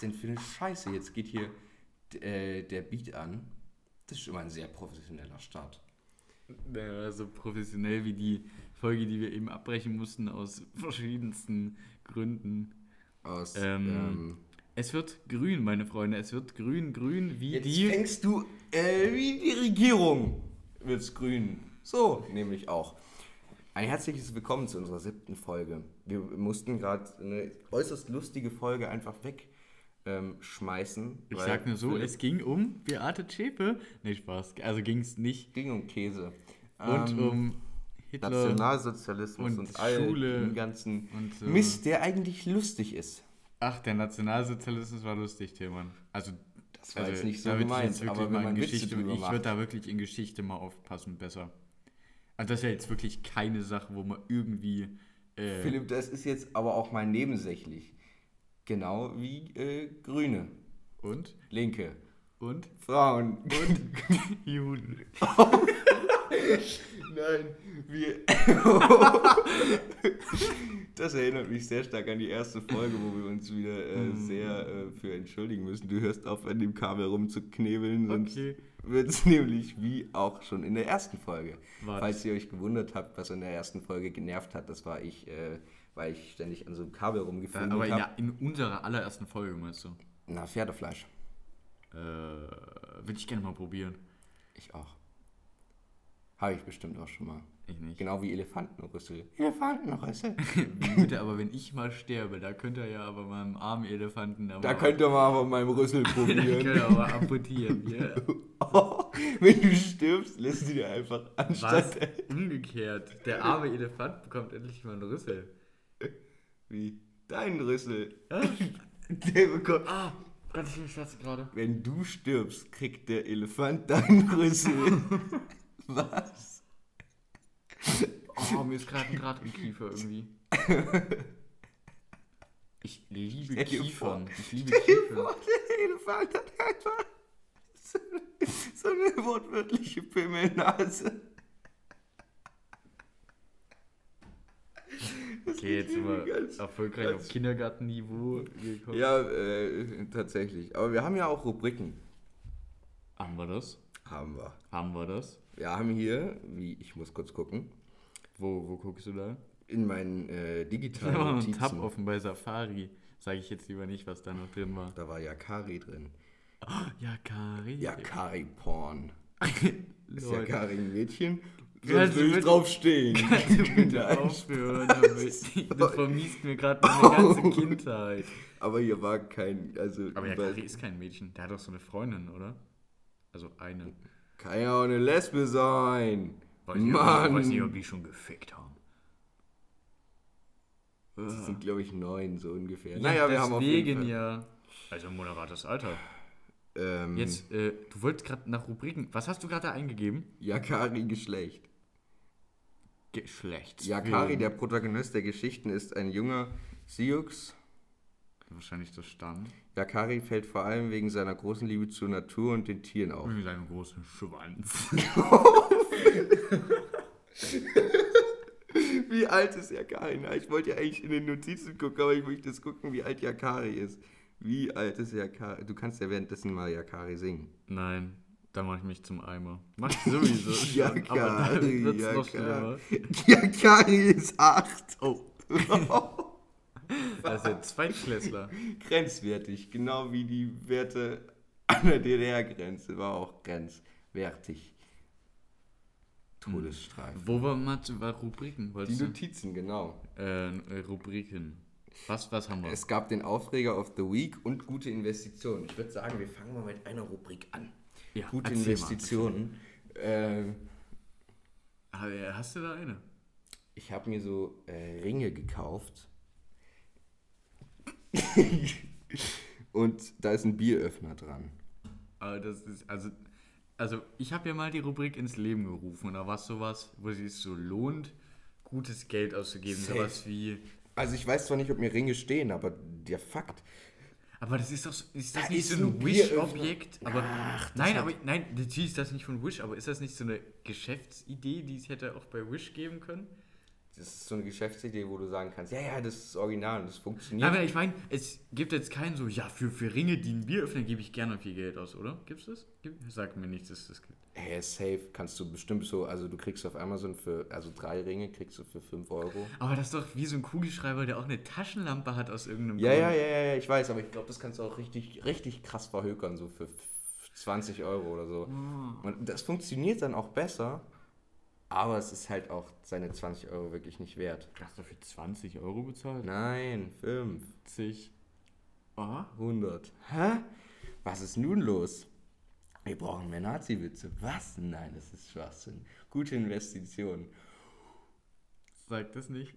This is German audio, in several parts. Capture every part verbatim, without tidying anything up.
denn für eine Scheiße? Jetzt geht hier äh, der Beat an. Das ist immer ein sehr professioneller Start. Ja, so professionell wie die Folge, die wir eben abbrechen mussten, aus verschiedensten Gründen. Aus, ähm, ähm, es wird grün, meine Freunde. Es wird grün, grün wie jetzt die... fängst du, äh, wie die Regierung wird's grün. So, nämlich auch. Ein herzliches Willkommen zu unserer siebten Folge. Wir mussten gerade eine äußerst lustige Folge einfach wegschmeißen. Ähm, ich sag nur so, Philipp, es ging um Beate Zschäpe. Nee, Spaß. Also ging es nicht. ging um Käse. Und ähm, um Hitler Nationalsozialismus und, und all Schule den ganzen und so. Mist, der eigentlich lustig ist. Ach, der Nationalsozialismus war lustig, Tilman. Also, Das war also, jetzt nicht so da würd ich gemeint, jetzt wirklich aber wenn mal man in Witze Geschichte, drüber ich macht. würde da wirklich in Geschichte mal aufpassen, besser. Also das ist ja jetzt wirklich keine Sache, wo man irgendwie... Äh, Philipp, das ist jetzt aber auch mal nebensächlich. Genau wie äh, Grüne, und? Linke, Und? Frauen. Und? Juden. Nein, wir. Das erinnert mich sehr stark an die erste Folge, wo wir uns wieder äh, sehr äh, für entschuldigen müssen. Du hörst auf, an dem Kabel rumzuknebeln, sonst Okay. wird es nämlich wie auch schon in der ersten Folge. Warte. Falls ihr euch gewundert habt, was in der ersten Folge genervt hat, das war ich, äh, weil ich ständig an so einem Kabel rumgefunden Aber in, habe. der, in unserer allerersten Folge, meinst du? Na, Pferdefleisch. Äh, würde ich gerne mal probieren. Ich auch. Habe ich bestimmt auch schon mal. Ich nicht. Genau wie Elefantenrüssel. Elefantenrüssel. Wie bitte, aber wenn ich mal sterbe, da könnt ihr ja aber meinem armen Elefanten... Aber Da könnt ihr mal von meinem Rüssel da probieren. könnt ihr aber amputieren. Ja. Oh, wenn du stirbst, lässt du dir einfach Was? anstatt... Umgekehrt. Der arme Elefant bekommt endlich mal einen Rüssel. Wie? Dein Rüssel. Ja? Der bekommt... Ah, ganz schön Schatz gerade. Wenn du stirbst, kriegt der Elefant deinen Rüssel. Was? Oh, mir ist gerade ein Draht im Kiefer irgendwie. Ich liebe Stell dir Kiefern. vor, Ich liebe Stell dir Kiefern. vor, der Elefant hat einfach so eine, so eine wortwörtliche Pimmelnase. Das Okay, jetzt sind wir ganz- erfolgreich ganz- auf Kindergartenniveau gekommen. Ja, äh, tatsächlich. Aber wir haben ja auch Rubriken. Haben wir das? Haben wir. Haben wir das? Wir haben hier, wie ich muss kurz gucken, Wo, wo guckst du da? in meinen äh, Da digitalen war noch ein Notizen. Tab offen bei Safari. Sage ich jetzt lieber nicht, was da noch drin war. Da war Yakari drin. Yakari. Yakari-Porn. Ist Leute. Yakari ein Mädchen? Kannst Sonst du will ich bitte- drauf stehen. Kannst du bitte Nein. aufhören damit? Du vermiest mir gerade meine ganze Kindheit. Aber hier war kein, also... Aber über- Yakari ist kein Mädchen. Der hat doch so eine Freundin, oder? Also eine. Kann ja auch eine Lesbe sein. Weiß nicht, Mann. Ob, weiß nicht, ob die schon gefickt haben. Die sind, glaube ich, neun, so ungefähr. Ja, naja, wir haben auf jeden deswegen Fall... ja. Also moderates Alter. Ähm, Jetzt, äh, du wolltest gerade nach Rubriken. Was hast du gerade da eingegeben? Yakari-Geschlecht. Geschlecht. Yakari, der Protagonist der Geschichten, ist ein junger Sioux. Wahrscheinlich das Stamm. Yakari fällt vor allem wegen seiner großen Liebe zur Natur und den Tieren auf. Mit seinem großen Schwanz. Wie alt ist Yakari? Na, ich wollte ja eigentlich in den Notizen gucken, aber ich möchte jetzt gucken, wie alt Yakari ist. Wie alt ist Yakari? Du kannst ja währenddessen mal Yakari singen. Nein, da mache ich mich zum Eimer. Mach ich sowieso schon, aber dann Yakari, wird's noch schlimmer. Yakari. Yakari ist acht. Oh. Das ist der Zweitklässler. Grenzwertig, genau wie die Werte an der D D R-Grenze, war auch grenzwertig. Todesstrafe. Wo war mal war Rubriken? Die Wolltest du? Notizen, genau. Äh, äh, Rubriken. Was, was haben wir? Es gab den Aufreger of the Week und gute Investitionen. Ich würde sagen, wir fangen mal mit einer Rubrik an. Ja, Gute erzähl mal. Investitionen. Äh, Ah, ja, hast du da eine? ich habe mir so äh, Ringe gekauft. Und da ist ein Bieröffner dran. Aber das ist, also, also ich habe ja mal die Rubrik ins Leben gerufen und da war es sowas, wo es sich so lohnt, gutes Geld auszugeben. Safe. Sowas wie. Also ich weiß zwar nicht, ob mir Ringe stehen, aber der Fakt. Aber das ist doch so- ist das Da nicht ist so ein ein Bieröffner. Wish-Objekt? Aber Ach, das nein, hat- aber nein, natürlich ist das nicht von Wish, aber ist das nicht so eine Geschäftsidee, die es hätte auch bei Wish geben können? das ist so eine Geschäftsidee, wo du sagen kannst, ja, ja, das ist original und das funktioniert. Aber ich meine, es gibt jetzt keinen so, ja, für, für Ringe, die ein Bier öffnen, gebe ich gerne viel Geld aus, oder? Gibt's das? Gib, sag mir nichts, dass es das gibt. Hey, safe kannst du bestimmt so, also du kriegst auf Amazon für, also drei Ringe kriegst du für fünf Euro. Aber das ist doch wie so ein Kugelschreiber, der auch eine Taschenlampe hat aus irgendeinem Ja, ja, ja, ja, ja, ich weiß, aber ich glaube, das kannst du auch richtig, richtig krass verhökern, so für zwanzig Euro oder so. Oh. Und das funktioniert dann auch besser, aber es ist halt auch seine zwanzig Euro wirklich nicht wert. Hast du dafür zwanzig Euro bezahlt? Nein, fünf. zig. Aha. hundert. Hä? Was ist nun los? Wir brauchen mehr Nazi-Witze. Was? Nein, das ist Schwachsinn. Gute Investition. Sag das nicht.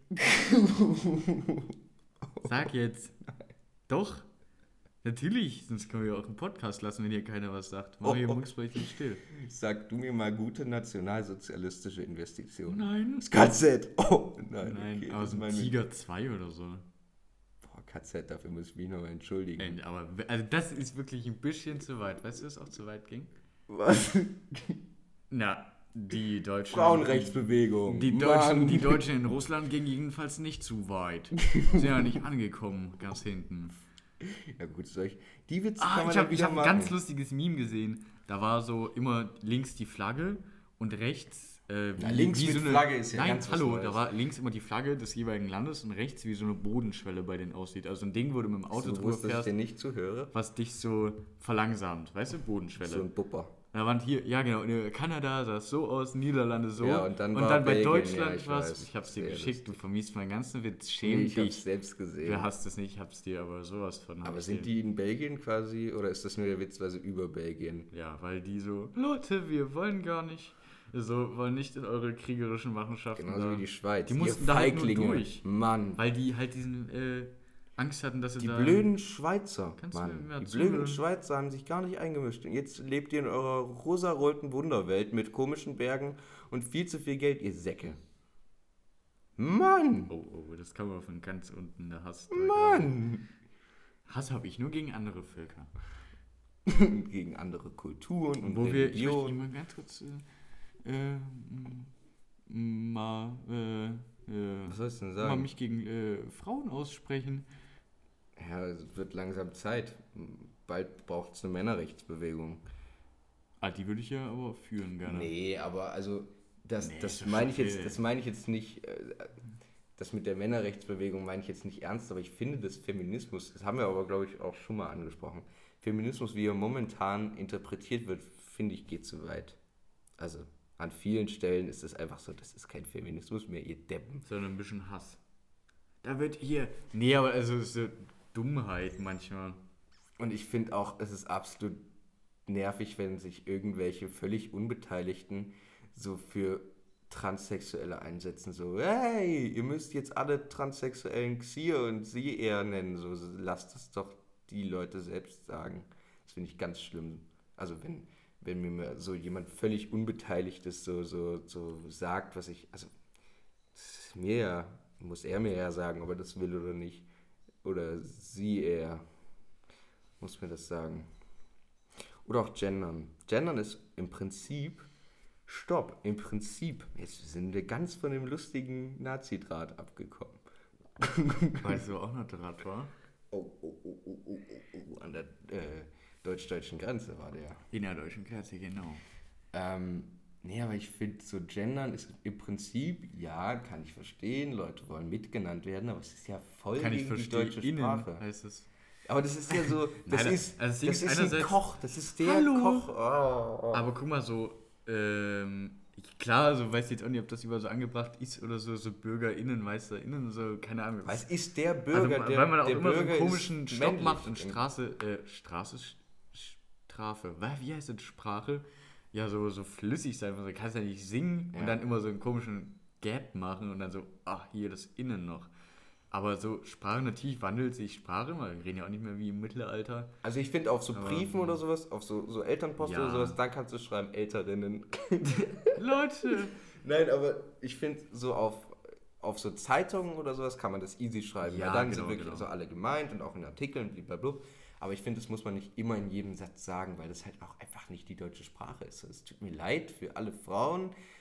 Sag jetzt. Doch. Natürlich, sonst können wir auch einen Podcast lassen, wenn hier keiner was sagt. Mario Oh, oh. Mucksbrötchen still. Sag du mir mal gute nationalsozialistische Investitionen. Nein. Das K Z. Oh, nein. Nein, okay, aber das so ist ein mein- Tiger zwei oder so. Boah, K Z, dafür muss ich mich nochmal entschuldigen. Ey, aber also das ist wirklich ein bisschen zu weit. Weißt du, dass es auch zu weit ging? Was? Na, die Deutschen. Frauenrechtsbewegung. Die Deutschen, Mann. die Deutschen in Russland gingen jedenfalls nicht zu weit. Sind ja nicht angekommen, ganz hinten. Ja gut, solch, die Witze Ah, kann man ich dann habe ich wieder hab ein machen. ganz lustiges Meme gesehen. Da war so immer links die Flagge und rechts. Äh, Na, links mit so eine, Flagge ist ja Nein, ganz was hallo, Neues. da war links immer die Flagge des jeweiligen Landes und rechts wie so eine Bodenschwelle bei denen aussieht. Also ein Ding, wo du mit dem Auto so drüber bewusst, dass ich fährst, dir nicht zuhöre. was dich so verlangsamt. Weißt du, Bodenschwelle. So ein Bupper. Da waren hier, ja genau, in Kanada sah es so aus, Niederlande so. Ja, und dann war bei Belgien, Deutschland ja, ich was. weiß. Ich hab's dir Sehr geschickt, lustig. du vermisst meinen ganzen Witz. Nee, Schäm ich hab's dich. selbst gesehen. Du hast es nicht, ich hab's dir aber sowas von. hab Aber ich sind dir- die in Belgien quasi, oder ist das nur der Witzweise über Belgien? Ja, weil die so, Leute, wir wollen gar nicht, so, wollen nicht in eure kriegerischen Machenschaften. Genauso da. wie die Schweiz. Die Ihr mussten da halt nur Feiglinge. durch. Mann. Weil die halt diesen äh, Angst hatten, dass sie Die da... blöden Schweizer, Kannst du mir Mann. mal Die zuhören? blöden Schweizer haben sich gar nicht eingemischt. Und jetzt lebt ihr in eurer rosaroten Wunderwelt mit komischen Bergen und viel zu viel Geld, ihr Säcke. Mann! Oh, oh, das kam aber von ganz unten, der Hass. da Mann! gerade. Hass habe ich nur gegen andere Völker. Gegen andere Kulturen und Wo wir, ich möchte Religionen. mal ganz kurz äh, äh, m- mal, äh, äh, Was sollst du denn mal sagen? mich gegen äh, Frauen aussprechen. Ja, es wird langsam Zeit. Bald braucht es eine Männerrechtsbewegung. Ah, die würde ich ja aber führen gerne. Nee, aber also das, Nee, das ist doch meine ich jetzt, still. das meine ich jetzt nicht, äh, das mit der Männerrechtsbewegung meine ich jetzt nicht ernst, aber ich finde, dass Feminismus, das haben wir aber glaube ich auch schon mal angesprochen, Feminismus, wie er momentan interpretiert wird, finde ich, geht zu weit. Also an vielen Stellen ist es einfach so, das ist kein Feminismus mehr, ihr Deppen. Sondern ein bisschen Hass. Da wird hier. Nee, aber also so Dummheit manchmal. Und ich finde auch, es ist absolut nervig, wenn sich irgendwelche völlig Unbeteiligten so für Transsexuelle einsetzen. So, hey, ihr müsst jetzt alle Transsexuellen Xier und sie eher nennen. So, so, lasst es doch die Leute selbst sagen. Das finde ich ganz schlimm. Also wenn, wenn mir mal so jemand völlig Unbeteiligtes so, so, so sagt, was ich, also das ist mir ja, muss er mir ja sagen, ob er das will oder nicht. Oder sie eher muss mir das sagen. Oder auch gendern. Gendern ist im Prinzip, stopp, im Prinzip, jetzt sind wir ganz von dem lustigen Nazi-Draht abgekommen. Weißt du, auch noch Draht war? Oh, oh, oh, oh, oh, oh, oh, an der äh, deutsch-deutschen Grenze war der. In der deutschen Kerze, genau. Ähm, nee, aber ich finde, so gendern ist im Prinzip, ja, kann ich verstehen, Leute wollen mitgenannt werden, aber es ist ja voll Kann ich gegen die verstehen, deutsche innen Sprache. heißt es. Aber das ist ja so, das Nein, ist, also das Ding das ist ist ein einerseits- Koch, das ist der Hallo. Koch. Oh, oh. Aber guck mal, so, ähm, ich, klar, so weiß ich jetzt auch nicht, ob das überall so angebracht ist oder so, so BürgerInnen, MeisterInnen, so, keine Ahnung. Was ist der Bürger, also, der weil man auch der immer so Bürger einen komischen ist Stopp männlich. macht und Straße, äh, Straße, Sch- Strafe, was, wie heißt das, Sprache? Ja, so, so flüssig sein, du kannst ja nicht singen Ja. und dann immer so einen komischen Gap machen und dann so, ach, hier das Innen noch. Aber so Sprache, natürlich wandelt sich Sprache, weil wir reden ja auch nicht mehr wie im Mittelalter. Also ich finde auf so Aber- Briefen oder sowas, auf so, so Elternpost Ja. oder sowas, dann kannst du schreiben Älterinnen. Leute! Nein, aber ich finde so auf, auf so Zeitungen oder sowas kann man das easy schreiben. Ja, weil dann genau, sind wirklich genau. so alle gemeint und auch in Artikeln, blablabla. Aber ich finde, das muss man nicht immer in jedem Satz sagen, weil das halt auch einfach nicht die deutsche Sprache ist. Es tut mir leid für alle Frauen,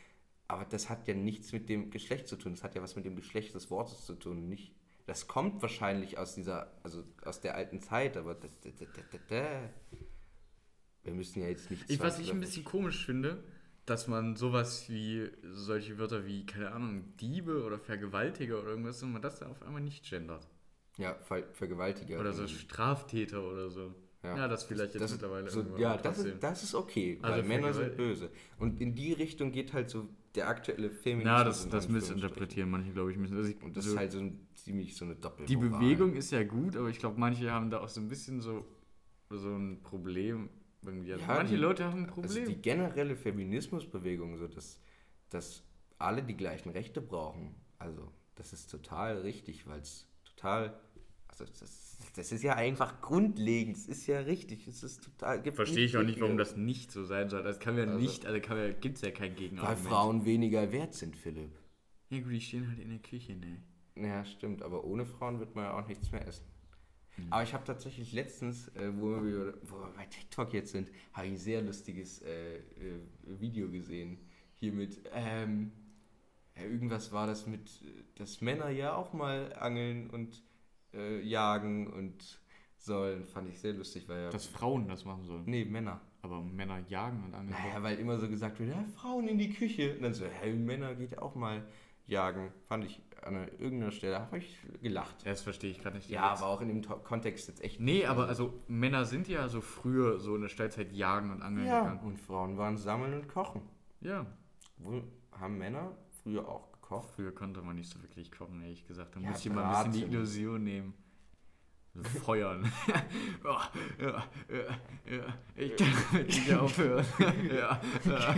Aber das hat ja nichts mit dem Geschlecht zu tun. Das hat ja was mit dem Geschlecht des Wortes zu tun. Nicht, das kommt wahrscheinlich aus dieser, also aus der alten Zeit, aber da, da, da, da, da. Wir müssen ja jetzt nicht... Ich, was ich ein bisschen komisch finde, dass man sowas wie, solche Wörter wie, keine Ahnung, Diebe oder Vergewaltiger oder irgendwas, und man das da auf einmal nicht gendert. Ja, Ver Vergewaltiger. Oder so Straftäter oder so. Ja, ja das vielleicht jetzt das, mittlerweile so, irgendwann. Ja, das ist, das ist okay, weil also Männer sind böse. Und in die Richtung geht halt so der aktuelle Feminismus. Ja, das, das missinterpretieren manche, glaube ich. Müssen. Also ich und das so, ist halt so ein, ziemlich so eine Doppelmoral. Die Bewegung ist ja gut, aber ich glaube, manche haben da auch so ein bisschen so, so ein Problem. Irgendwie. Also ja, manche die, Leute haben ein Problem. Also die generelle Feminismusbewegung, so dass, dass alle die gleichen Rechte brauchen, also das ist total richtig, weil es total, also das, das ist ja einfach grundlegend, es ist ja richtig, es ist total... Verstehe ich auch nicht, warum das nicht so sein soll, das kann ja also, nicht, also kann ja, gibt es ja kein Gegenargument. Weil Frauen weniger wert sind, Philipp. Ja gut, die stehen halt in der Küche, ne? Ja, stimmt, aber ohne Frauen wird man ja auch nichts mehr essen. Aber ich habe tatsächlich letztens, äh, wo, wir, wo wir bei TikTok jetzt sind, habe ich ein sehr lustiges äh, äh, Video gesehen. Hier mit, ähm, ja, irgendwas war das mit, dass Männer ja auch mal angeln und äh, jagen und sollen. Fand ich sehr lustig, weil ja... Dass Frauen das machen sollen? Nee, Männer. Aber Männer jagen und angeln? Naja, weil immer so gesagt wird, ja, Frauen in die Küche. Und dann so, hey, Männer geht auch mal jagen. Fand ich an einer, irgendeiner Stelle, habe ich gelacht. Ja, das verstehe ich gerade nicht. Ja, aber auch in dem To- Kontext jetzt echt Nee, nicht. aber also Männer sind ja so früher so in der Steinzeit jagen und angeln ja, gegangen. Und Frauen waren sammeln und kochen. Ja. Wohl haben Männer früher auch gekocht? Früher konnte man nicht so wirklich kochen, ehrlich gesagt. Da Ja, muss ich mal ein bisschen die Illusion nehmen. So feuern. oh, ja, ja, ja, ich kann mit dir aufhören. ja, ja.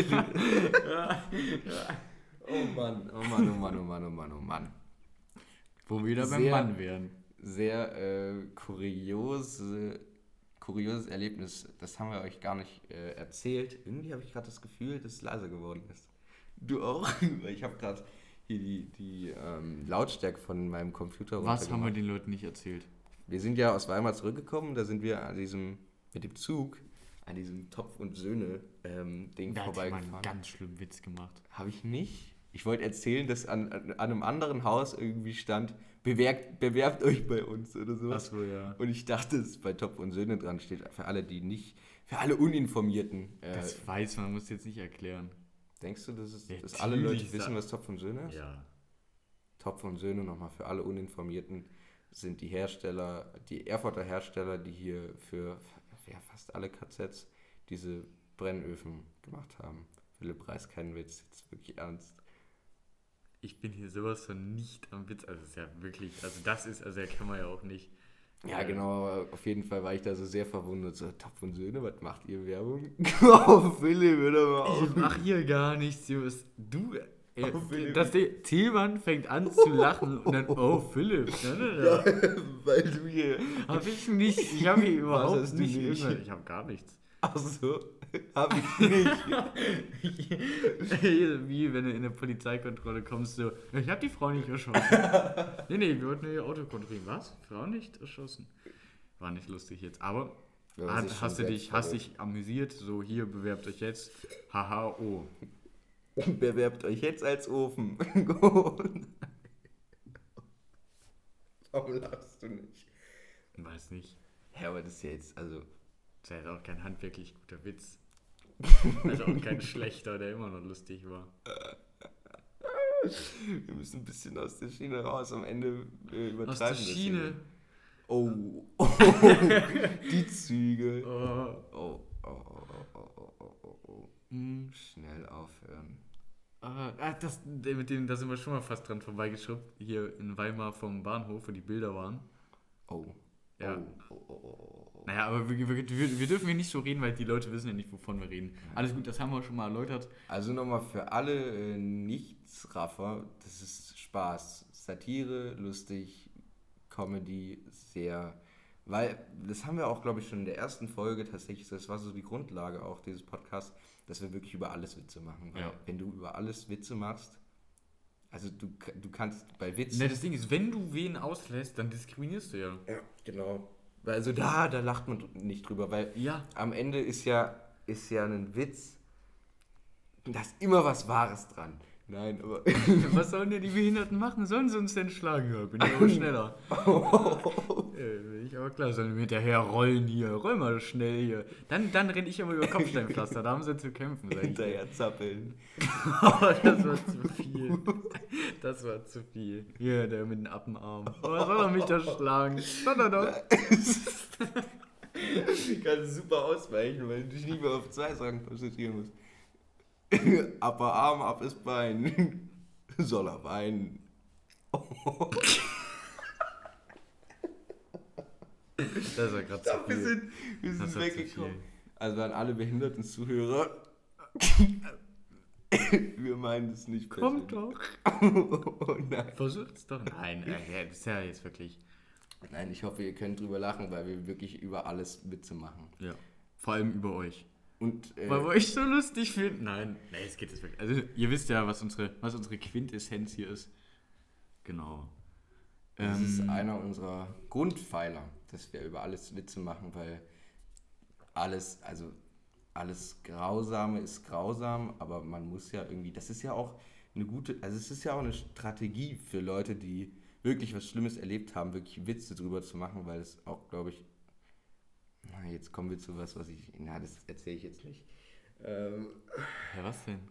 ja, ja. Oh Mann, oh Mann, oh Mann, oh Mann, oh Mann, oh Mann. Wo wir wieder beim Sehr, Mann wären. Sehr äh, kuriose, kurioses Erlebnis, das haben wir euch gar nicht äh, erzählt. Irgendwie habe ich gerade das Gefühl, dass es leiser geworden ist. Du auch? Ich habe gerade hier die, die ähm, Lautstärke von meinem Computer runtergemacht. Was haben wir den Leuten nicht erzählt? Wir sind ja aus Weimar zurückgekommen, da sind wir an diesem, mit dem Zug, an diesem Topf- und Söhne-Ding ähm, da vorbeigefahren. Da hat einen ganz schlimmen Witz gemacht. Habe ich nicht? Ich wollte erzählen, dass an, an einem anderen Haus irgendwie stand, bewerbt, bewerbt euch bei uns oder so. Ach so, ja. Und ich dachte, dass bei Topf und Söhne dran steht, für alle, die nicht, für alle Uninformierten. Äh, das weiß man, muss jetzt nicht erklären. Denkst du, dass, es, ja, dass alle Leute wissen, was Topf und Söhne ist? Ja. Topf und Söhne, nochmal für alle Uninformierten, sind die Hersteller, die Erfurter Hersteller, die hier für ja, fast alle K Zs diese Brennöfen gemacht haben. Philipp reißt keinen Witz, jetzt wirklich ernst. Ich bin hier sowas von nicht am Witz, also es ist ja wirklich, also das ist, also kann man ja auch nicht. Ja, äh, genau, aber auf jeden Fall war ich da so sehr verwundert, so, Topf und Söhne, was macht ihr Werbung? Oh, Philipp, hör doch mal auf. Ich mach hier gar nichts, Jungs. Du, äh, oh, das Thielmann fängt an zu lachen und dann, oh, Philipp, ne, ne, ne. Ja, weil du hier... Hab ich nicht, ich hab hier überhaupt nicht, nicht. Ich hab gar nichts. Ach so, hab ich nicht. Wie wenn du in eine Polizeikontrolle kommst, so, ich hab die Frau nicht erschossen. nee, nee, wir wollten ihr Auto kontrollieren. Was? Frau nicht erschossen? War nicht lustig jetzt, aber ja, hat, hast du dich, hast dich amüsiert, so hier, bewerbt euch jetzt, haha, oh. Bewerbt euch jetzt als Ofen. Warum lachst du nicht? Weiß nicht. Ja, aber das ist ja jetzt, also... Das ist ja auch kein handwerklich guter Witz. Also auch kein schlechter, der immer noch lustig war. Wir müssen ein bisschen aus der Schiene raus, am Ende äh, übertreiben. Aus der Schiene? Oh, oh, die Züge. Oh, oh, oh, oh, oh, oh, oh, oh, oh. Mm. Schnell aufhören. Ah, das, mit dem, da sind wir schon mal fast dran vorbeigeschrubbt. Hier in Weimar vom Bahnhof, wo die Bilder waren. Oh. Ja. Oh, oh, oh, oh, oh. Naja, aber wir, wir, wir dürfen hier nicht so reden, weil die Leute wissen ja nicht, wovon wir reden. Alles gut, das haben wir schon mal erläutert. Also nochmal für alle äh, Nichtsraffer, das ist Spaß. Satire, lustig, Comedy, sehr... Weil, das haben wir auch, glaube ich, schon in der ersten Folge tatsächlich, das war so die Grundlage auch dieses Podcasts, dass wir wirklich über alles Witze machen. Weil ja. wenn du über alles Witze machst, also du, du kannst bei Witzen... Ne, das Ding ist, wenn du wen auslässt, dann diskriminierst du ja. Ja, genau. Also da, da lacht man nicht drüber, weil ja. am Ende ist ja, ist ja ein Witz, Da ist immer was Wahres dran. Nein, aber... Was sollen denn die Behinderten machen? Sollen sie uns denn schlagen? Ja, bin ich aber schneller. äh, ich aber klar, sollen wir hinterher rollen hier. Roll mal schnell hier. Dann, dann renne ich aber über Kopfsteinpflaster. Da haben sie zu kämpfen. Sag ich. Hinterher zappeln. Oh, das war zu viel. Das war zu viel. Hier, der mit dem Appenarm. Oh, soll er mich da schlagen? Soll er doch. Ich kann super ausweichen, weil du dich nicht mehr auf zwei Sachen konzentrieren musst. Upper Arm, up ist Bein. Soll er weinen? Oh. Das war gerade zu Doch, wir viel. sind, wir sind weggekommen. Also an alle behinderten Zuhörer. Wir meinen es nicht Kommt persönlich. doch. Oh nein. Versucht's doch. Nein, äh, das ist ja jetzt wirklich... Nein, ich hoffe, ihr könnt drüber lachen, weil wir wirklich über alles Witze machen. Ja, vor allem über euch. Und, äh, Weil wir euch so lustig finden. Nein, nein, es geht jetzt wirklich. Also, ihr wisst ja, was unsere, was unsere Quintessenz hier ist. Genau. Das Ähm, ist einer unserer Grundpfeiler, dass wir über alles Witze machen, weil alles, also alles Grausame ist grausam, aber man muss ja irgendwie, das ist ja auch eine gute, also es ist ja auch eine Strategie für Leute, die wirklich was Schlimmes erlebt haben, wirklich Witze drüber zu machen, weil es auch, glaube ich, na, jetzt kommen wir zu was, was ich, na, das erzähle ich jetzt nicht. Ähm, ja, was denn?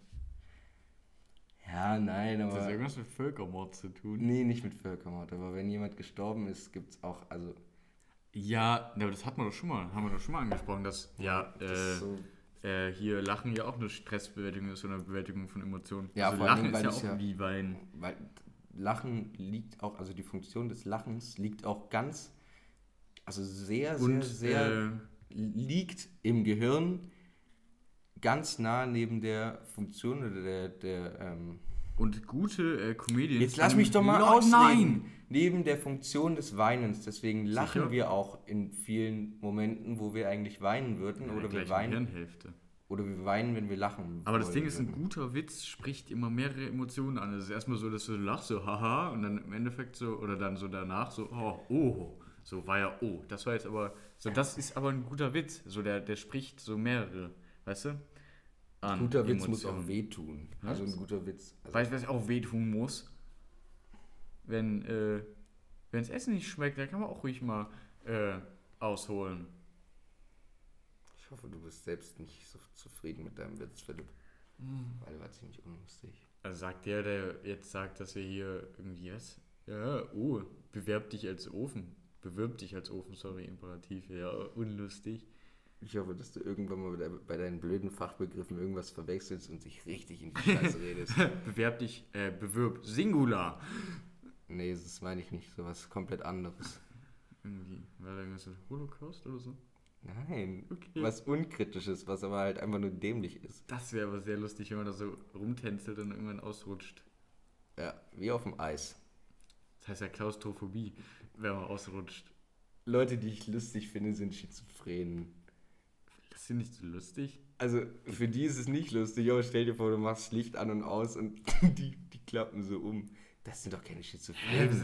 ja, nein, aber... Hat das irgendwas mit Völkermord zu tun? Nee, nicht mit Völkermord, aber wenn jemand gestorben ist, gibt es auch, also... Ja, aber das hatten wir doch schon mal, haben wir doch schon mal angesprochen, dass, ja, das äh, so, äh, hier Lachen ja auch eine Stressbewältigung ist oder eine Bewältigung von Emotionen. Ja, also vor Lachen allem, ist weil ja es auch ja- wie Weinen. weil Lachen liegt auch, also die Funktion des Lachens liegt auch ganz, also sehr, sehr, Und, sehr, äh, liegt im Gehirn ganz nah neben der Funktion oder der, der ähm, und gute äh, Comedians... jetzt lass haben- mich doch mal Lo- ausreden. Nein! Neben der Funktion des Weinens, deswegen lachen Sicher? wir auch in vielen Momenten, wo wir eigentlich weinen würden, Ja, oder wir gleich weinen, Hirnhälfte. oder wir weinen, wenn wir lachen Aber das wollen Ding ist, ein würden. guter Witz spricht immer mehrere Emotionen an. Es ist erstmal so, dass du lachst, so haha, und dann im Endeffekt so, oder dann so danach so, oh, oh, so war ja, oh. Das war jetzt aber, so das ist aber ein guter Witz. So, der, der spricht so mehrere, weißt du? An Ein guter Witz muss Emotionen. auch wehtun. Also ein guter Witz. Also Weißt du, was auch wehtun muss? Wenn, äh, wenn das Essen nicht schmeckt, dann kann man auch ruhig mal äh, ausholen. ich hoffe, du bist selbst nicht so zufrieden mit deinem Witz, Philipp. Weil der war ziemlich unlustig. Also sagt der, der jetzt sagt, dass wir hier irgendwie was? Ja, oh, bewerb dich als Ofen. Bewirb dich als Ofen, sorry, Imperativ. Ja, unlustig. Ich hoffe, dass du irgendwann mal bei, bei deinen blöden Fachbegriffen irgendwas verwechselst und dich richtig in die Scheiße redest. Bewerb dich, äh, bewirb, Singular. Nee, das meine ich nicht. Sowas komplett anderes. Irgendwie, war da irgendwas mit Holocaust oder so? Nein, Okay. was Unkritisches, was aber halt einfach nur dämlich ist. Das wäre aber sehr lustig, wenn man da so rumtänzelt und irgendwann ausrutscht. Ja, wie auf dem Eis. Das heißt ja Klaustrophobie, wenn man ausrutscht. Leute, die ich lustig finde, sind Schizophrenen. Das finde ich so lustig. Also, für die ist es nicht lustig, aber stell dir vor, du machst das Licht an und aus und die, die klappen so um. Das sind doch keine Schizophrenen.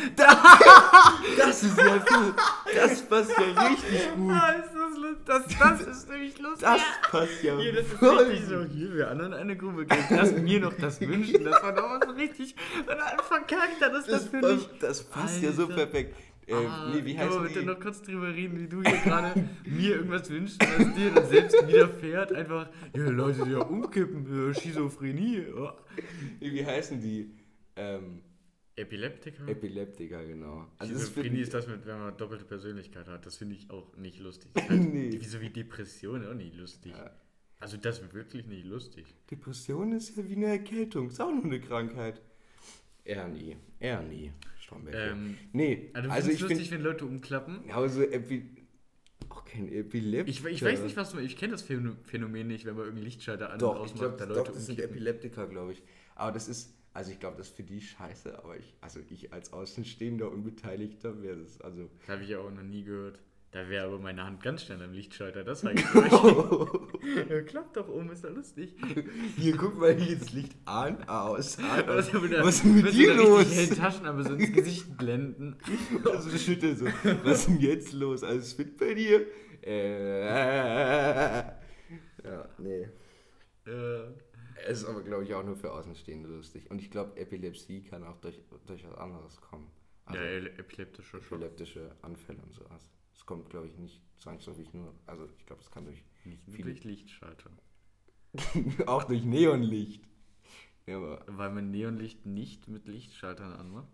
Das ist ja gut. Das passt ja richtig gut. Ah, ist das, lustig. das, das ist nämlich lustig. Das passt ja Hier, das ist voll. richtig so. Hier, wir anderen eine Gruppe geben. Lass mir noch das wünschen. Das war doch mal so richtig. Und dann verkackt er das, das Das, finde ich. das passt ja so Alter. perfekt. Äh, Ah, nee, wie können heißt wir bitte die? noch kurz drüber reden, wie du hier gerade mir irgendwas wünschst, was dir dann selbst widerfährt. Einfach, ja, Leute, die ja umkippen, äh, Schizophrenie. Ja. Nee, wie heißen die? Ähm, Epileptiker? Epileptiker, genau. Also das Schizophrenie find- ist das, mit, wenn man doppelte Persönlichkeit hat. Das finde ich auch nicht lustig. Das ist halt, Nee. Wie so wie Depression auch nicht lustig. Ja. Also das ist wirklich nicht lustig. Depression ist ja wie eine Erkältung, ist auch nur eine Krankheit. Eher nie, eher nie. Stromberg. Ähm, nee, also, also also ich lustig, finde, wenn Leute umklappen. ja, so Epi auch kein Epileptiker. Ich, ich weiß nicht, was man. Ich kenne das Phäno- Phänomen nicht, wenn man irgendeinen Lichtschalter an und Doch, ich glaube, ausmacht, da doch, Leute das sind umkippen. Epileptiker, glaube ich. Aber das ist, also ich glaube, das ist für die scheiße, aber ich, also ich als Außenstehender, Unbeteiligter wäre das, also... Das habe ich ja auch noch nie gehört. Da wäre aber meine Hand ganz schnell am Lichtschalter, das sage ich euch. Ja, klappt doch um, ist doch lustig. Hier, guck mal, hier das Licht an, aus, an, Aber aus. so mit der- Was ist denn mit so dir einer los? richtig hellen Taschenlampe so ins Gesicht blenden. Also schüttel so, was ist denn jetzt los? Alles fit bei dir? Äh, ja, nee. Äh, Es ist aber, glaube ich, auch nur für Außenstehende lustig. Und ich glaube, Epilepsie kann auch durch, durch was anderes kommen. Also ja, epileptische Schock. epileptische Anfälle und sowas. Es kommt, glaube ich, nicht zwangsläufig nur, also ich glaube, es kann durch Nicht nur viele, durch Lichtschalter. auch durch Neonlicht. Ja, aber Weil man Neonlicht nicht mit Lichtschaltern anmacht.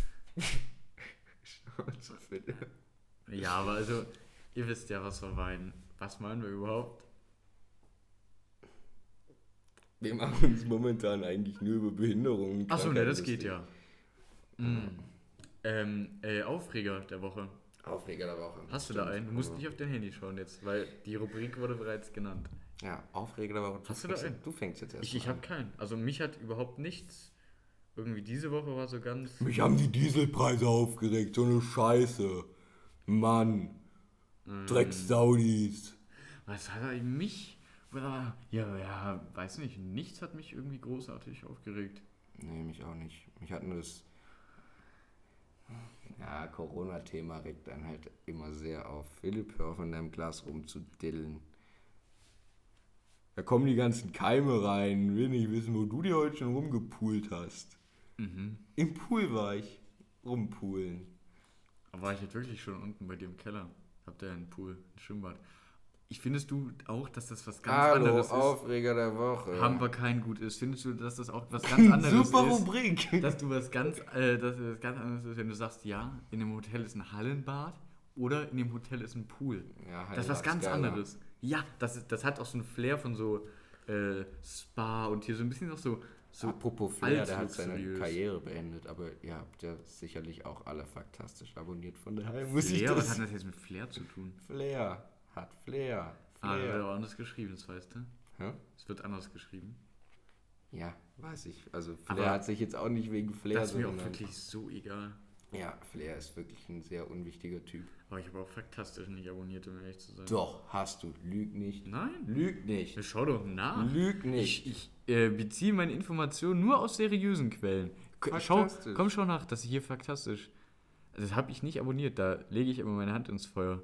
Schnauze bitte. Ja, aber also, ihr wisst ja, was wir meinen. Was meinen wir überhaupt? Wir machen uns momentan eigentlich nur über Behinderungen. und Achso, ne, Krankheiten das geht lustig. ja. Mhm. Ähm, äh, Aufreger der Woche. Aufreger der Woche. Hast du da einen? Du musst Also, nicht auf dein Handy schauen jetzt, weil die Rubrik wurde bereits genannt. Ja, Aufreger der Woche. Hast du da fängst, einen? Du fängst jetzt erst Ich, ich mal habe keinen. Also mich hat überhaupt nichts. Irgendwie diese Woche war so ganz... an. Mich haben die Dieselpreise aufgeregt. So eine Scheiße. Mann. Mm. Drecks-Saudis. Was hat er mich... Ja, ja, weiß nicht. Nichts hat mich irgendwie großartig aufgeregt. Nee, mich auch nicht. Mich hat nur das... Ja, Corona-Thema regt dann halt immer sehr auf. Philipp, hör auf in deinem Glas rumzudillen. Da kommen die ganzen Keime rein. Will nicht wissen, wo du dir heute schon rumgepoolt hast. Mhm. Im Pool war ich. Rumpoolen. Aber war ich jetzt wirklich schon unten bei dir im Keller? Habt ihr einen Pool, ein Schwimmbad? Ich findest du auch, dass das was ganz Hallo, anderes ist? Aufreger der Woche. Haben wir kein Gut ist. Findest du, dass das auch was ganz anderes Super ist? Rubrik. Dass du was ganz, äh, dass das ganz anderes ist, wenn du sagst, ja, in dem Hotel ist ein Hallenbad oder in dem Hotel ist ein Pool. Ja, Das ist was ganz geiler. anderes. Ja, das, ist, das hat auch so ein Flair von so äh, Spa und hier so ein bisschen noch so, so Apropos Flair, der hat altluxuriös. seine Karriere beendet, aber ihr habt ja sicherlich auch alle faktastisch abonniert, von daher muss ich Flair, was das... hat das jetzt mit Flair zu tun? Flair hat Flair. Ah, das wird Flair. aber anders geschrieben, das weißt du. Hä? Es wird anders geschrieben. Ja, weiß ich. Also Flair Aber hat sich jetzt auch nicht wegen Flair Das ist mir auch genannt. wirklich so egal. Ja, Flair ist wirklich ein sehr unwichtiger Typ. Aber ich habe auch Faktastisch nicht abonniert, um ehrlich zu sein. Doch, hast du. Lüg nicht. Nein. Lüg nicht. Ja, schau doch nach. Lüg nicht. Ich, ich äh, beziehe meine Informationen nur aus seriösen Quellen. K- Schau, Faktastisch. komm schon nach, das ist hier faktastisch. Das habe ich nicht abonniert, da lege ich immer meine Hand ins Feuer.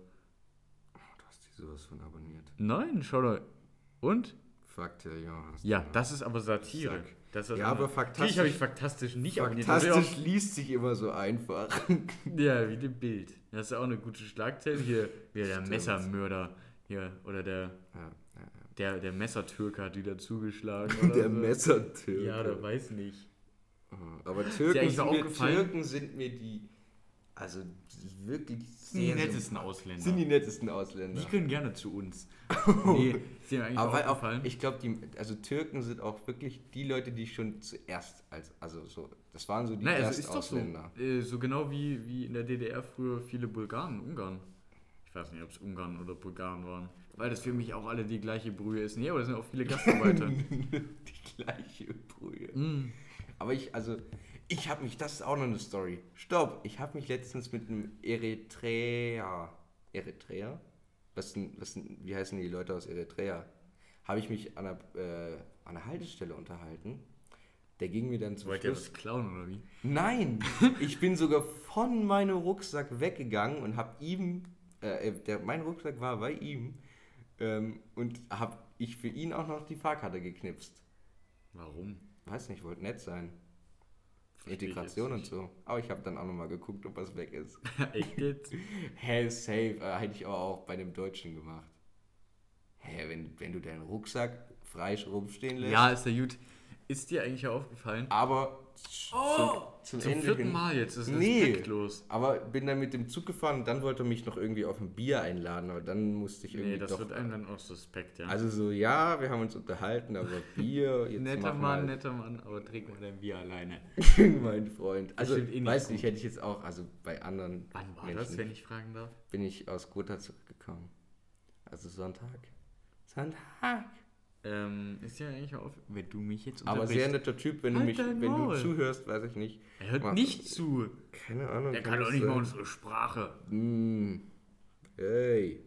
Du hast die sowas von abonniert. Nein, schau doch. Und? Fakt, ja, ja. Hast Ja, du. das ist aber Satire. Sack. Das ist Ja, aber Natürlich faktastisch- habe ich faktastisch nicht abonniert. Faktastisch liest sich immer so einfach. Das ist ja, ja, wie dem Bild. Das ist auch eine gute Schlagzeile. Hier, hier der Stimmt. Messermörder. Hier, oder der, Ja, ja, ja. der, der Messertürker hat wieder zugeschlagen. Oder Der so. Messertürke. Ja, der weiß nicht. Aber Ist Türken, dir eigentlich sind mal mir, aufgefallen? Türken sind mir die, also wirklich Die sehr nettesten sympathisch. Ausländer. Sind die nettesten Ausländer. Die können gerne zu uns. Nee, ist dir eigentlich Aber weil auch, aufgefallen? ich glaube, die, also Türken sind auch wirklich die Leute, die schon zuerst, als, also so, das waren so die Nein, also ersten ist doch so. Ausländer. Äh, so genau wie, wie in der D D R früher viele Bulgaren, Ungarn. Ich weiß nicht, ob es Ungarn oder Bulgaren waren. Weil das für mich auch alle die gleiche Brühe ist. Nee, aber das sind auch viele Gastarbeiter. Die gleiche Brühe. mm. Aber ich, also, ich habe mich, das ist auch noch eine Story. Stopp, ich habe mich letztens mit einem Eritreer, Eritreer? Was sind, was sind, wie heißen die Leute aus Eritrea? Habe ich mich an einer, äh, an einer Haltestelle unterhalten. Der ging mir dann zum Wollt ihr Schluss... was klauen oder wie? Nein, ich bin sogar von meinem Rucksack weggegangen und habe ihm, äh, der, mein Rucksack war bei ihm, ähm, und habe ich für ihn auch noch die Fahrkarte geknipst. Warum? Weiß nicht, wollte nett sein. Versteh ich Integration und jetzt so. Aber ich habe dann auch nochmal geguckt, ob was weg ist. nicht. Echt jetzt? Hä, safe. Äh, hätte ich aber auch bei dem Deutschen gemacht. Hä, wenn, wenn du deinen Rucksack frei rumstehen lässt. Ja, ist ja gut. Ist dir eigentlich aufgefallen? Aber Oh, zum, Zum Ende vierten hin- Mal jetzt, das ist Nee. respektlos. Aber bin dann mit dem Zug gefahren und dann wollte er mich noch irgendwie auf ein Bier einladen. Aber dann musste ich irgendwie Nee, das doch... wird einem dann auch suspekt, ja. Also so, ja, wir haben uns unterhalten, aber Bier... Jetzt netter machen wir Mann, halt- netter Mann, aber trink mal dein Bier alleine. mein Freund. Also, stimmt eh nicht weiß gut. nicht, hätte ich jetzt auch, also bei anderen Wann war Menschen das, wenn ich fragen darf? bin ich aus Gotha zurückgekommen. Also Sonntag. Sonntag. Ähm, ist ja eigentlich auf, wenn du mich jetzt Aber unterbrichst. sehr netter Typ, wenn du Halt mich, dein wenn du Maul. zuhörst, weiß ich nicht. Er hört Mach- nicht zu. Keine Ahnung. Er kann doch das nicht mal sein? unsere Sprache. Hm. Hey.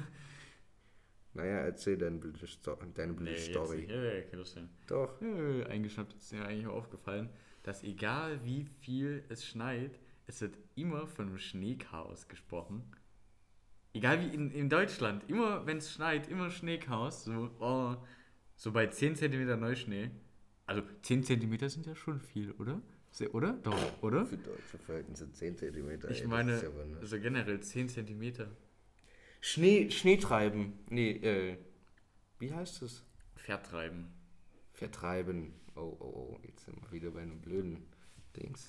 Naja, erzähl deine blöde, Sto deine blöde Nee, Story. jetzt nicht. Ja, ja, kann das sein. Doch. Ja, eingeschnappt ist mir eigentlich auch aufgefallen, dass egal wie viel es schneit, es wird immer von einem Schneechaos gesprochen. Egal wie in, in Deutschland, immer wenn es schneit, immer Schneechaos, so, oh, so bei zehn Zentimeter Neuschnee. Also zehn Zentimeter sind ja schon viel, oder? Se- Oder? Doch, oder? Für deutsche Verhältnisse zehn Zentimeter. Ich ey, das meine, ist ja aber ne- also generell zehn Zentimeter. Schnee, Schnee treiben. Nee, äh, wie heißt es? Vertreiben. Vertreiben. Oh, oh, oh, jetzt sind wir wieder bei einem blöden Dings.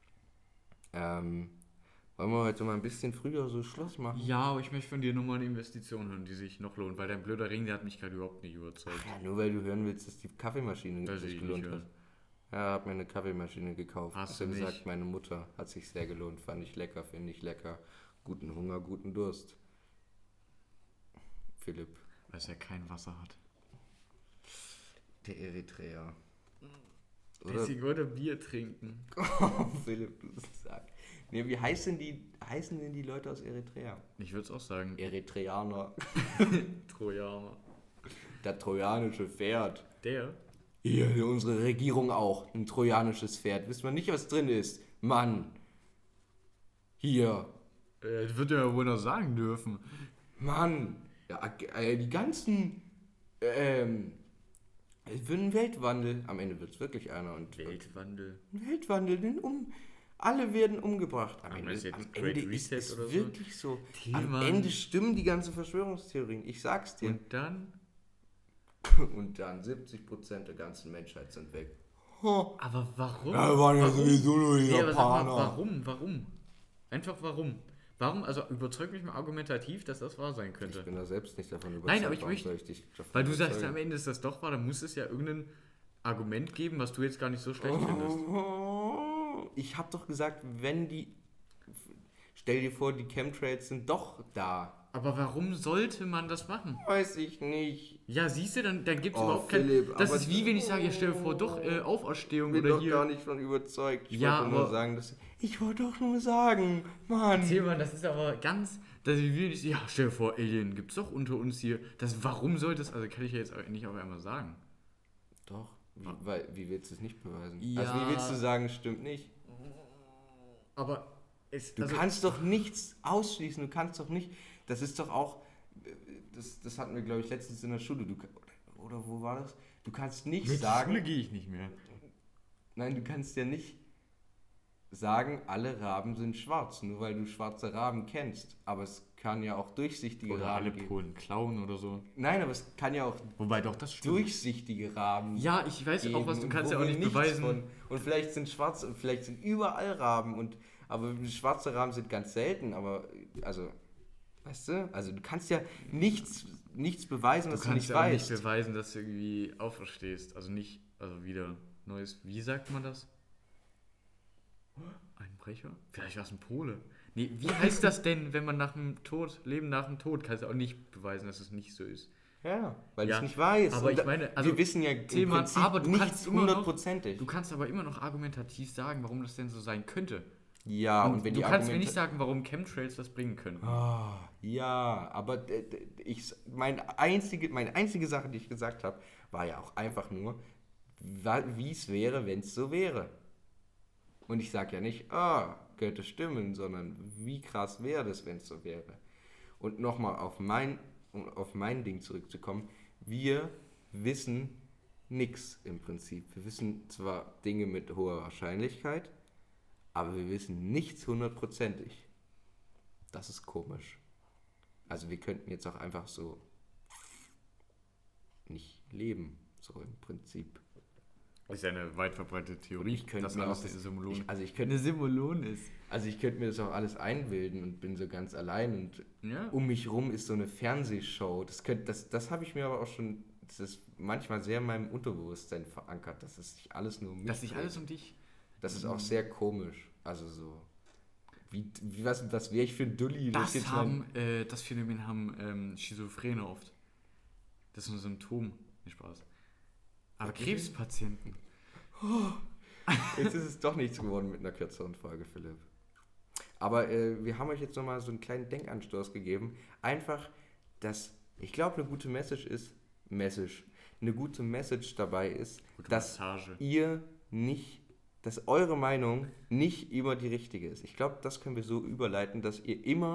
Ähm, wollen wir heute mal ein bisschen früher so Schluss machen? Ja, aber ich möchte von dir nochmal eine Investition hören, die sich noch lohnt, weil dein blöder Ring, der hat mich gerade überhaupt nicht überzeugt. Ja, nur weil du hören willst, dass die Kaffeemaschine Das will sich ich gelohnt nicht hat. hören. Ja, hab mir eine Kaffeemaschine gekauft. Hast Hast du du gesagt, nicht? meine Mutter hat sich sehr gelohnt. Fand ich lecker, finde ich lecker. Guten Hunger, guten Durst. Philipp, Weil es ja kein Wasser hat. der Eritreer. Deswegen wollte Bier trinken. Oh, Philipp, du sagst. Nee, wie heißen die, heißen denn die Leute aus Eritrea? Ich würde es auch sagen. Eritreaner. Trojaner. Das trojanische Pferd. Der? Hier, unsere Regierung auch. Ein trojanisches Pferd. Wissen wir nicht, was drin ist. Mann. Hier. Äh, das wird ja wohl noch sagen dürfen. Mann. Ja, äh, die ganzen. Ähm. Es wird ein Weltwandel. Am Ende wird es wirklich einer. Und Weltwandel. ein Weltwandel. Denn um, alle werden umgebracht. Am Aber Ende, ist jetzt am Great Ende ist Reset es oder so? wirklich so. Am Tillmann. Ende stimmen die ganzen Verschwörungstheorien. Ich sag's dir. Und dann? Und dann siebzig Prozent der ganzen Menschheit sind weg. Aber warum? Ja, waren ja warum? sowieso nur die Nee, aber sag mal, Japaner. warum? Warum? Einfach warum? Warum? Also überzeug mich mal argumentativ, dass das wahr sein Ich könnte. bin da selbst nicht davon überzeugt. Nein, aber ich warum möchte- soll ich dich davon Weil du sagst, überzeugen? am Ende ist das doch wahr, dann muss es ja irgendein Argument geben, was du jetzt gar nicht so schlecht findest. Ich hab doch gesagt, wenn die... Stell dir vor, die Chemtrails sind doch da. Aber warum sollte man das machen? Weiß ich nicht. Ja, siehst du, dann, dann gibt es Oh, überhaupt kein... Philipp, Das aber- ist wie wenn ich sage, ja, stell dir vor, doch äh, Auferstehung Ich bin oder doch hier... gar nicht von überzeugt. Ich Ja, wollte nur aber- sagen, dass... Ich wollte doch nur sagen, Mann. Tilman, das ist aber ganz... Das ist wie nicht, ja, stell dir vor, Alien gibt's doch unter uns hier. Das, warum sollte es... Also kann ich ja jetzt nicht auf einmal sagen. Doch. Wie, weil, wie willst du es nicht beweisen? Ja. Also wie willst du sagen, es stimmt nicht? Aber es... Du also, kannst doch nichts ausschließen, du kannst doch nicht, das ist doch auch, das, das hatten wir glaube ich letztens in der Schule, du, oder wo war das? Du kannst nicht mit sagen, Schule gehe ich nicht mehr. nein, du kannst ja nicht sagen, alle Raben sind schwarz, nur weil du schwarze Raben kennst, aber es kann ja auch durchsichtige Oder Raben alle geben. Polen klauen oder so. Nein, aber es kann ja auch Wobei doch, das stimmt. durchsichtige Raben Ja, ich weiß auch was, du geben, kannst wo ja auch wir nicht nichts beweisen... von- und vielleicht sind schwarze, und vielleicht sind überall Raben und aber schwarze Raben sind ganz selten, aber also weißt du, also du kannst ja nichts nichts beweisen, Du was du kannst nicht ja auch weißt. nicht beweisen, dass du irgendwie auferstehst. Also nicht, also wieder neues, wie sagt man das? Einbrecher? Vielleicht war es ein Pole. Nee, wie heißt das denn, wenn man nach dem Tod, Leben nach dem Tod, kannst du auch nicht beweisen, dass es nicht so ist. Ja, weil Ja, ich es nicht weiß. aber Und ich da- meine, also, wir wissen ja im Tillmann, Prinzip aber du kannst nichts immer noch- hundertprozentig. Du kannst aber immer noch argumentativ sagen, warum das denn so sein könnte. Ja, und, Und wenn du die kannst mir Argumente- nicht sagen, warum Chemtrails was bringen können. Ah, ja, aber d- d- ich, mein einzige, meine einzige Sache, die ich gesagt habe, war ja auch einfach nur, wie es wäre, wenn es so wäre. Und ich sage ja nicht, ah, könnte stimmen, sondern wie krass wäre das, wenn es so wäre. Und nochmal auf mein, um auf mein Ding zurückzukommen, wir wissen nichts im Prinzip. Wir wissen zwar Dinge mit hoher Wahrscheinlichkeit, aber wir wissen nichts hundertprozentig. Das ist komisch. Also wir könnten jetzt auch einfach so nicht leben, so im Prinzip. Das ist ja eine weit verbreitete Theorie, Ich könnte dass mir alles auch- diese Simulon, Ich, also ich könnte, eine Simulon ist. also ich könnte mir das auch alles einbilden und bin so ganz allein und Ja. um mich rum ist so eine Fernsehshow. Das könnte, das, das habe ich mir aber auch schon, das ist manchmal sehr in meinem Unterbewusstsein verankert, dass es sich alles nur um mich Dass sich dreht. alles um dich... Das ist auch sehr komisch. Also so, wie, wie was, was wäre ich für ein Dulli? Das, jetzt haben, äh, das Phänomen haben ähm, Schizophrene oft. Das ist ein Symptom. Nicht Spaß. Aber Wirklich? Krebspatienten. Jetzt ist es doch nichts geworden mit einer kürzeren Folge, Philipp. Aber äh, wir haben euch jetzt nochmal so einen kleinen Denkanstoß gegeben. Einfach, dass, ich glaube, eine gute Message ist, Message, eine gute Message dabei ist, Gute dass Massage. ihr nicht, dass eure Meinung nicht immer die richtige ist. Ich glaube, das können wir so überleiten, dass ihr immer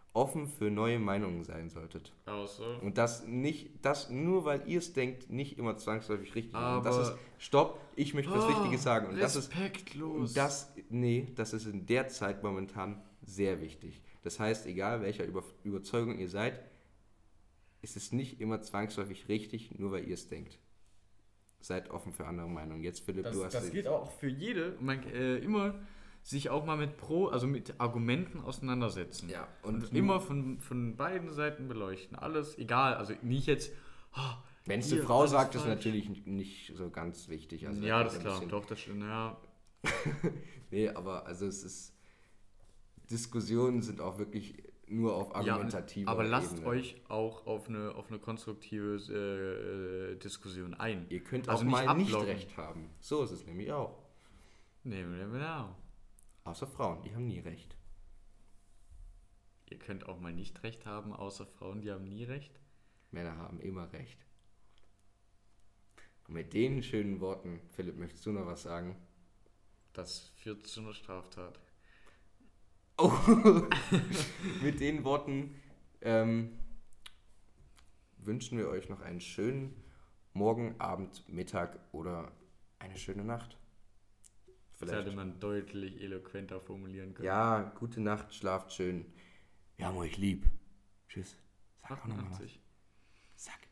offen für neue Meinungen sein solltet. Außer. Und das nicht, das nur weil ihr es denkt, nicht immer zwangsläufig richtig ist. Und Aber- das ist, stopp, ich möchte was Oh, Wichtiges sagen. Und das ist, respektlos. und das, nee, das ist in der Zeit momentan sehr wichtig. Das heißt, egal welcher Über, Überzeugung ihr seid, ist es nicht immer zwangsläufig richtig, nur weil ihr es denkt. Seid offen für andere Meinungen. Jetzt, Philipp, Das, du hast das die- geht auch für jede. Man äh, immer sich auch mal mit Pro, also mit Argumenten auseinandersetzen. Ja, Und, und immer von, von beiden Seiten beleuchten. Alles, egal. Also nicht jetzt. Oh, wenn es hier, eine Frau alles sagt, ist falsch. natürlich nicht- nicht so ganz wichtig. Also ja, da das ist ein klar. bisschen- Doch, das stimmt. Ja. Nee, aber also es ist. Diskussionen sind auch wirklich nur auf argumentativer Ja, aber lasst Ebene. euch auch auf eine, auf eine konstruktive äh, äh, Diskussion ein. Ihr könnt Also auch nicht mal nicht abblocken. recht haben. So ist es nämlich auch. Nehmen wir genau. Außer Frauen, die haben nie recht. Ihr könnt auch mal nicht recht haben, außer Frauen, die haben nie recht. Männer haben immer recht. Und mit den schönen Worten, Philipp, möchtest du noch was sagen? Das führt zu einer Straftat. Oh, mit den Worten ähm, wünschen wir euch noch einen schönen Morgen, Abend, Mittag oder eine schöne Nacht. Das hätte man deutlich eloquenter formulieren können. Ja, gute Nacht, schlaft schön. Wir haben euch lieb. Tschüss. Sag auch noch mal was. achtundachtzig. Sag.